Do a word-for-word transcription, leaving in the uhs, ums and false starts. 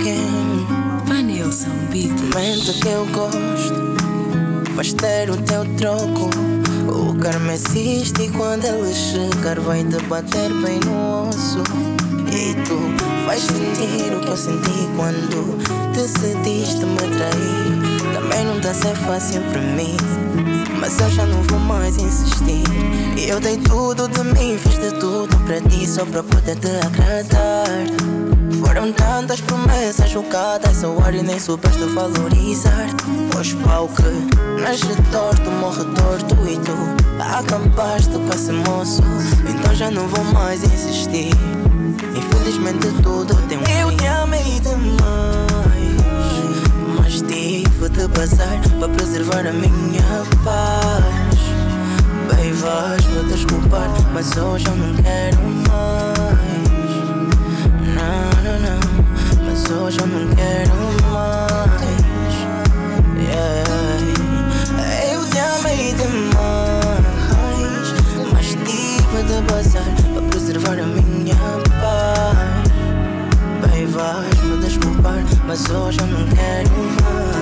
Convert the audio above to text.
again. Vanilson Beats. Mente que eu gosto, vais ter o teu troco. O karma existe e quando ele chegar vai te bater bem no osso. E tu vais sentir o que eu senti quando decidiste me trair. Também não tá a ser fácil para mim, mas eu já não vou mais insistir. Eu dei tudo de mim, fiz de tudo para ti só para poder te agradar. Foram tantas promessas jogadas ao ar e nem soubeste valorizar. Pois pau que nasce torto, morre torto e tu acabaste com esse moço. Então já não vou mais insistir. Infelizmente tudo tem um fim. Eu te amei demais, mas tive de passar para preservar a minha paz. Bem, vais-me desculpar, mas hoje eu não quero mais. Não, não, não, mas hoje eu não quero mais. Yeah. Eu te amei demais, mas tive de passar para preservar a minha paz. Bem, vais-me desculpar, mas hoje eu não quero mais.